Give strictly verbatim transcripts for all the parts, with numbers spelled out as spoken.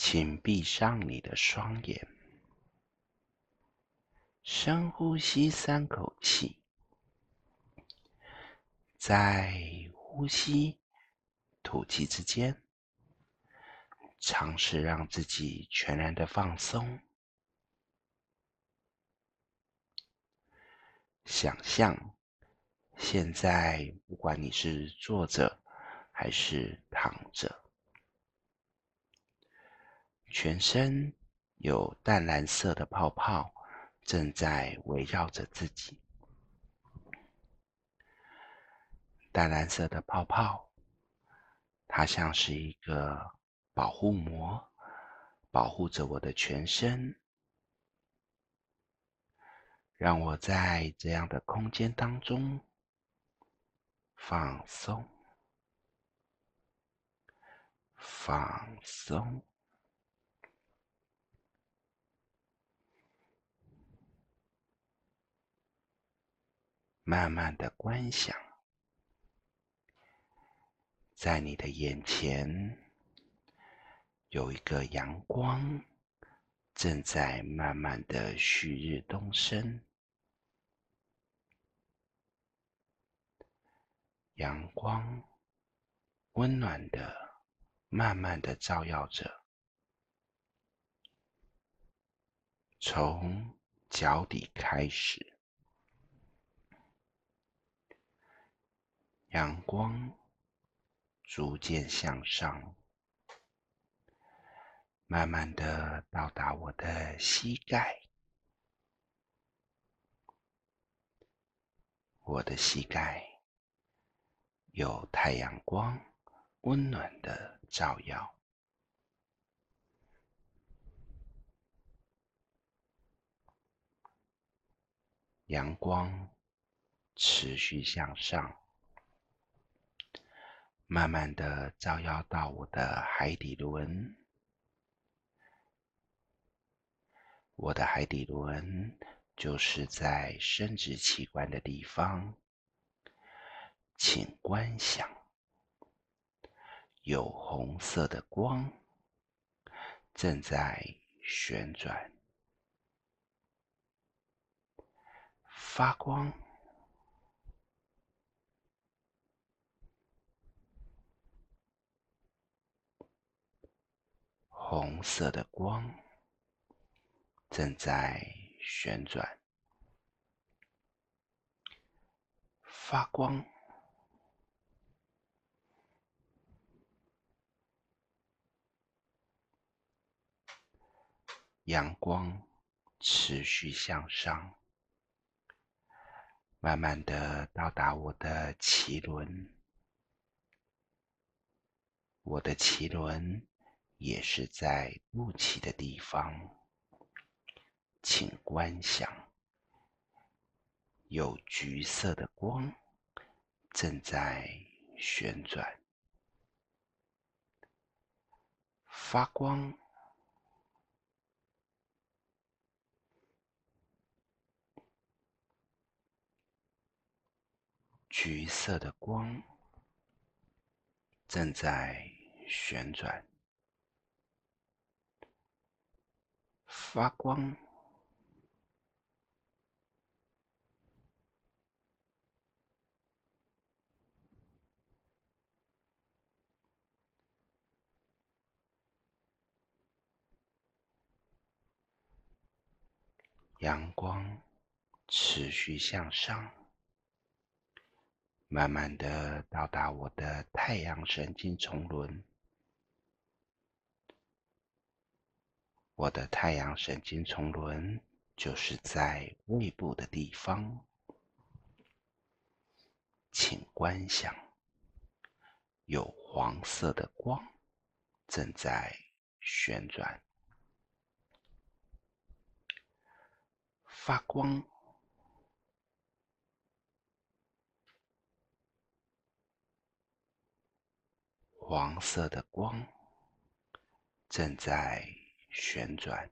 请闭上你的双眼，深呼吸三口气，在呼吸、吐气之间，尝试让自己全然的放松。想象现在，不管你是坐着还是躺着，全身有淡蓝色的泡泡正在围绕着自己。淡蓝色的泡泡，它像是一个保护膜，保护着我的全身，让我在这样的空间当中放松，放松。慢慢的观想，在你的眼前有一个阳光正在慢慢的旭日东升，阳光温暖的慢慢的照耀着，从脚底开始，阳光逐渐向上，慢慢的到达我的膝盖，我的膝盖有太阳光温暖的照耀，阳光持续向上，慢慢的照耀到我的海底轮，我的海底轮就是在生殖器官的地方，请观想有红色的光正在旋转，发光，红色的光正在旋转，发光，阳光持续向上，慢慢的到达我的脐轮，我的脐轮也是在肚脐的地方，请观想有橘色的光正在旋转，发光，橘色的光正在旋转，发光，阳光持续向上，慢慢的到达我的太阳神经丛轮，我的太阳神经丛轮就是在胃部的地方，请观想有黄色的光正在旋转，发光，黄色的光正在旋转，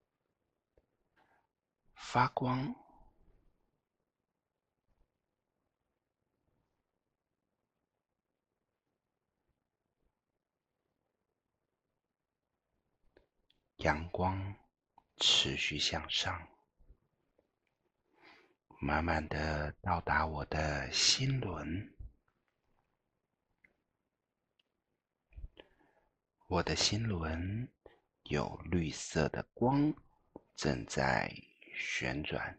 发光， 阳光持续向上，慢慢的到达我的心轮。我的心轮有绿色的光正在旋转，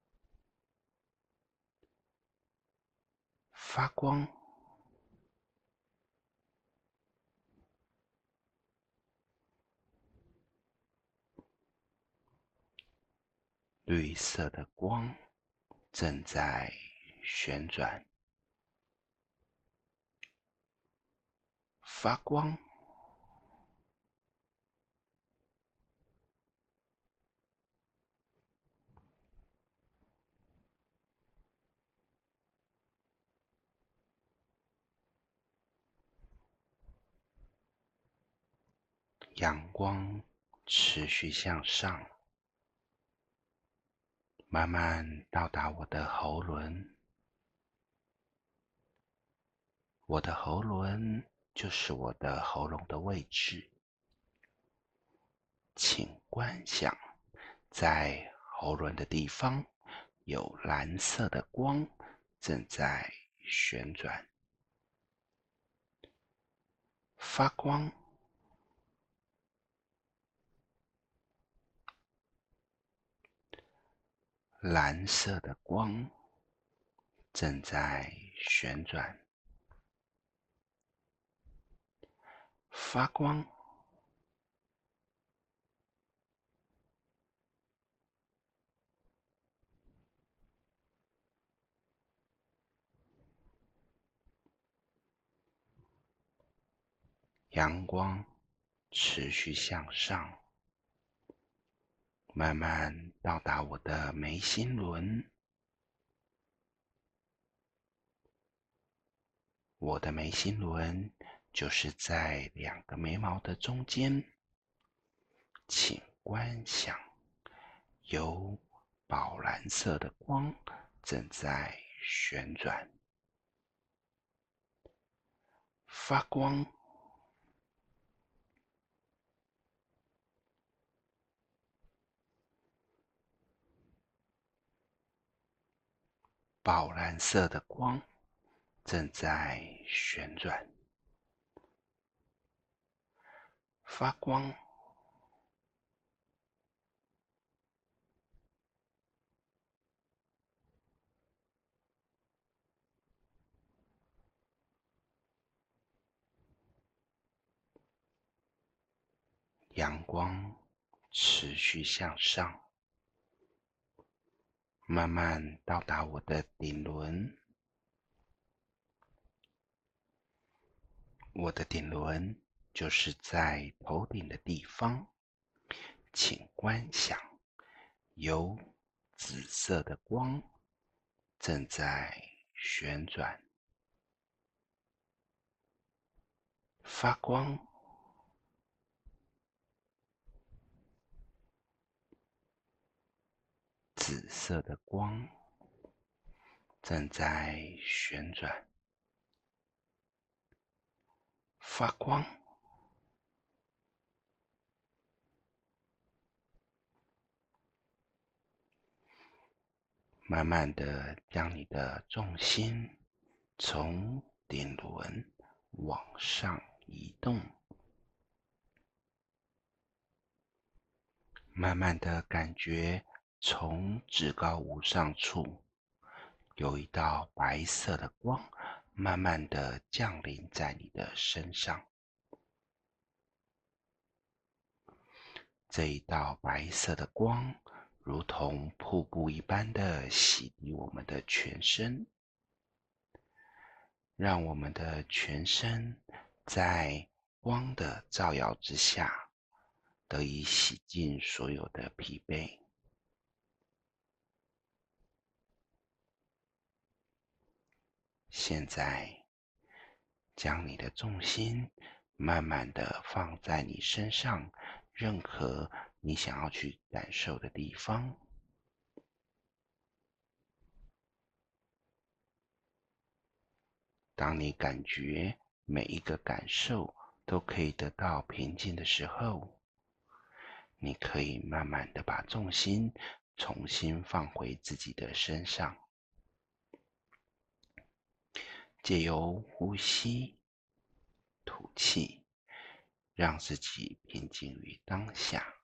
发光。绿色的光正在旋转，发光。阳光持续向上，慢慢到达我的喉轮。我的喉轮就是我的喉咙的位置，请观想，在喉轮的地方有蓝色的光正在旋转、发光。蓝色的光正在旋转、发光。阳光持续向上，慢慢到达我的眉心轮。我的眉心轮就是在两个眉毛的中间，请观想，有宝蓝色的光正在旋转、发光。宝蓝色的光正在旋转、发光。阳光持续向上，慢慢到达我的顶轮。我的顶轮就是在头顶的地方，请观想，有紫色的光正在旋转、发光。紫色的光正在旋转、发光。慢慢的将你的重心从顶轮往上移动，慢慢的感觉从至高无上处有一道白色的光慢慢的降临在你的身上。这一道白色的光如同瀑布一般的洗涤我们的全身，让我们的全身在光的照耀之下得以洗净所有的疲惫。现在将你的重心慢慢的放在你身上任何你想要去感受的地方。当你感觉每一个感受都可以得到平静的时候， 你可以慢慢的把重心重新放回自己的身上，借由呼吸、吐气，让自己平静于当下。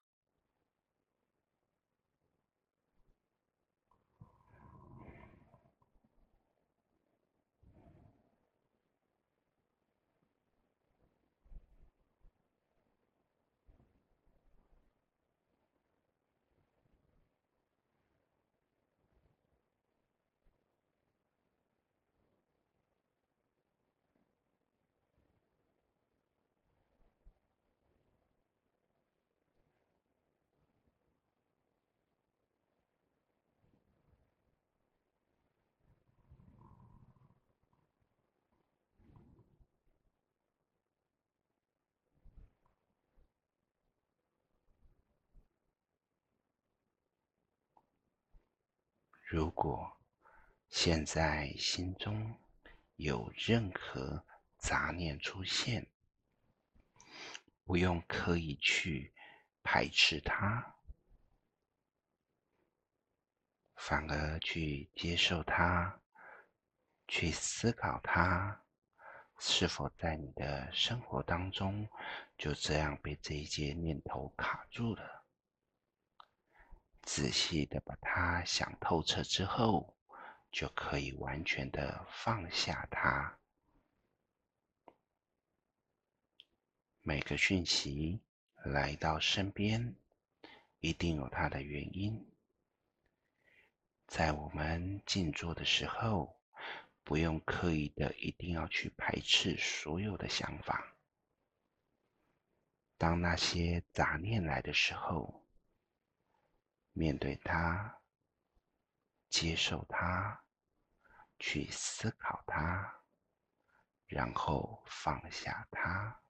如果现在心中有任何杂念出现，不用刻意去排斥它，反而去接受它，去思考它是否在你的生活当中就这样被这一些念头卡住了。仔细的把它想透彻之后，就可以完全的放下它。每个讯息来到身边，一定有它的原因。在我们静坐的时候，不用刻意的一定要去排斥所有的想法。当那些杂念来的时候，面对它，接受它，去思考它，然后放下它。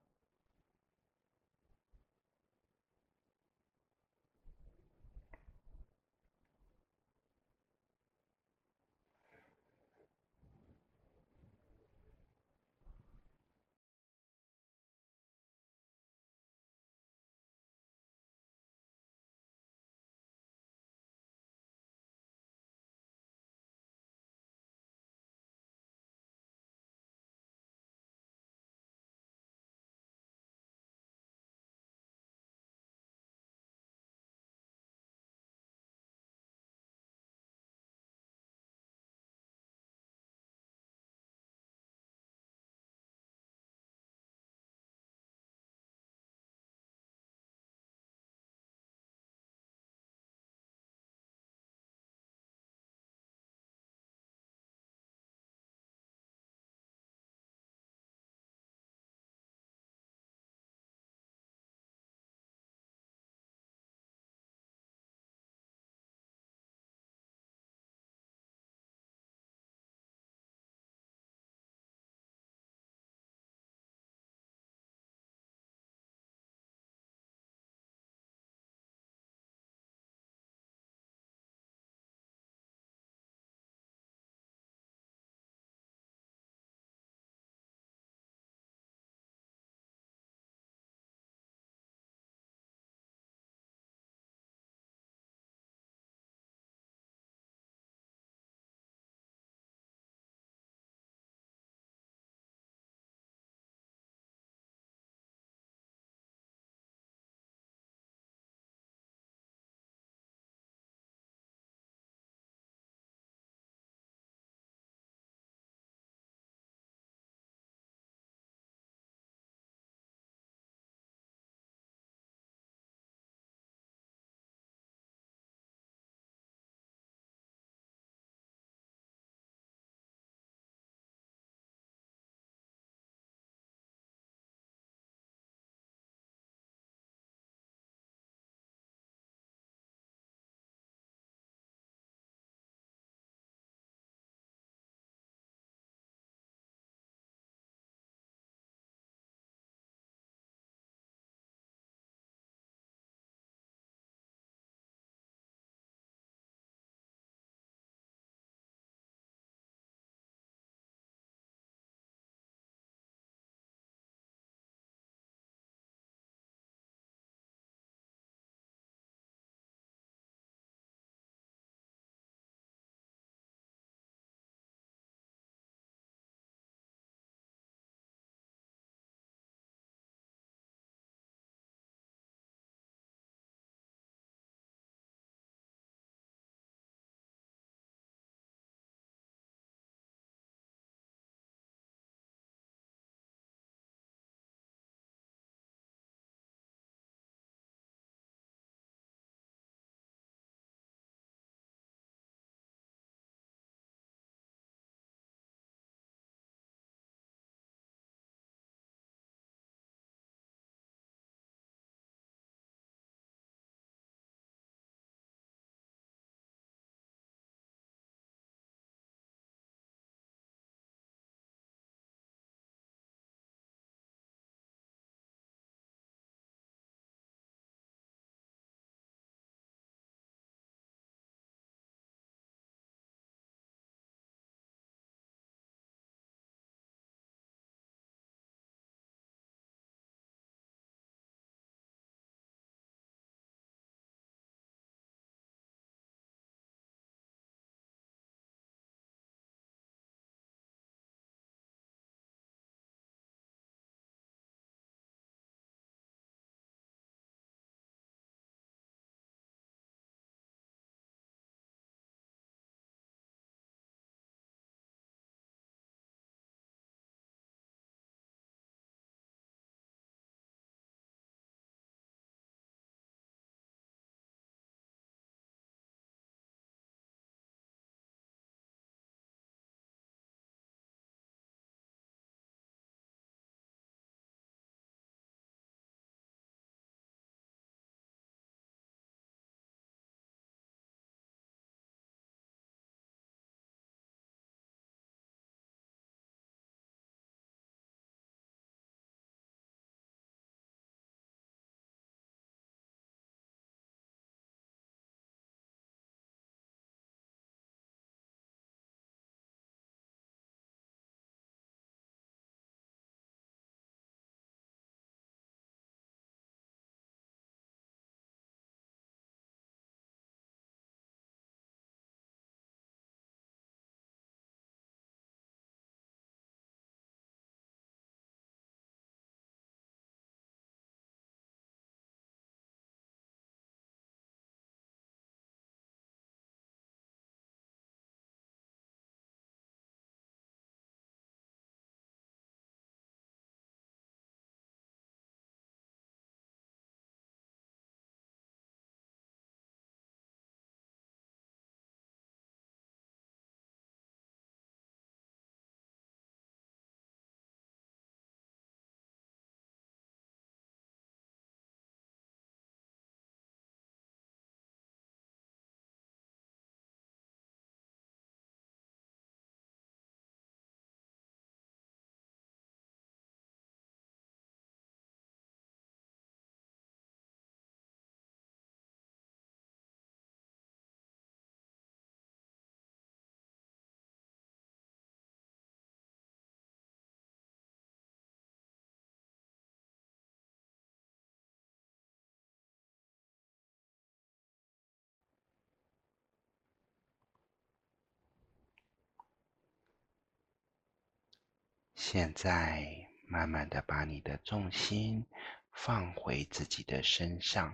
现在慢慢的把你的重心放回自己的身上，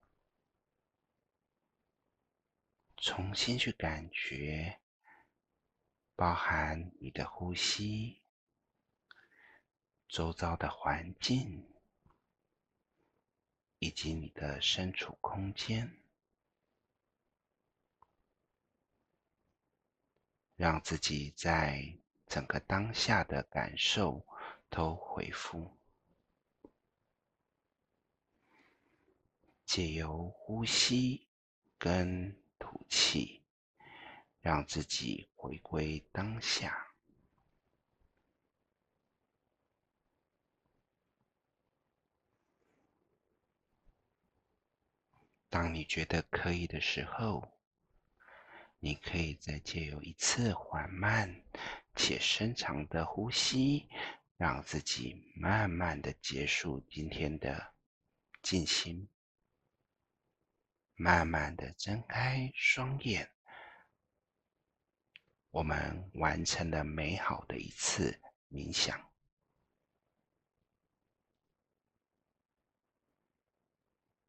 重新去感觉，包含你的呼吸、周遭的环境，以及你的身处空间，让自己在整个当下的感受都恢复。借由呼吸跟吐气，让自己回归当下。当你觉得可以的时候，你可以再借由一次缓慢且深长的呼吸，让自己慢慢的结束今天的静心。慢慢的睁开双眼，我们完成了美好的一次冥想。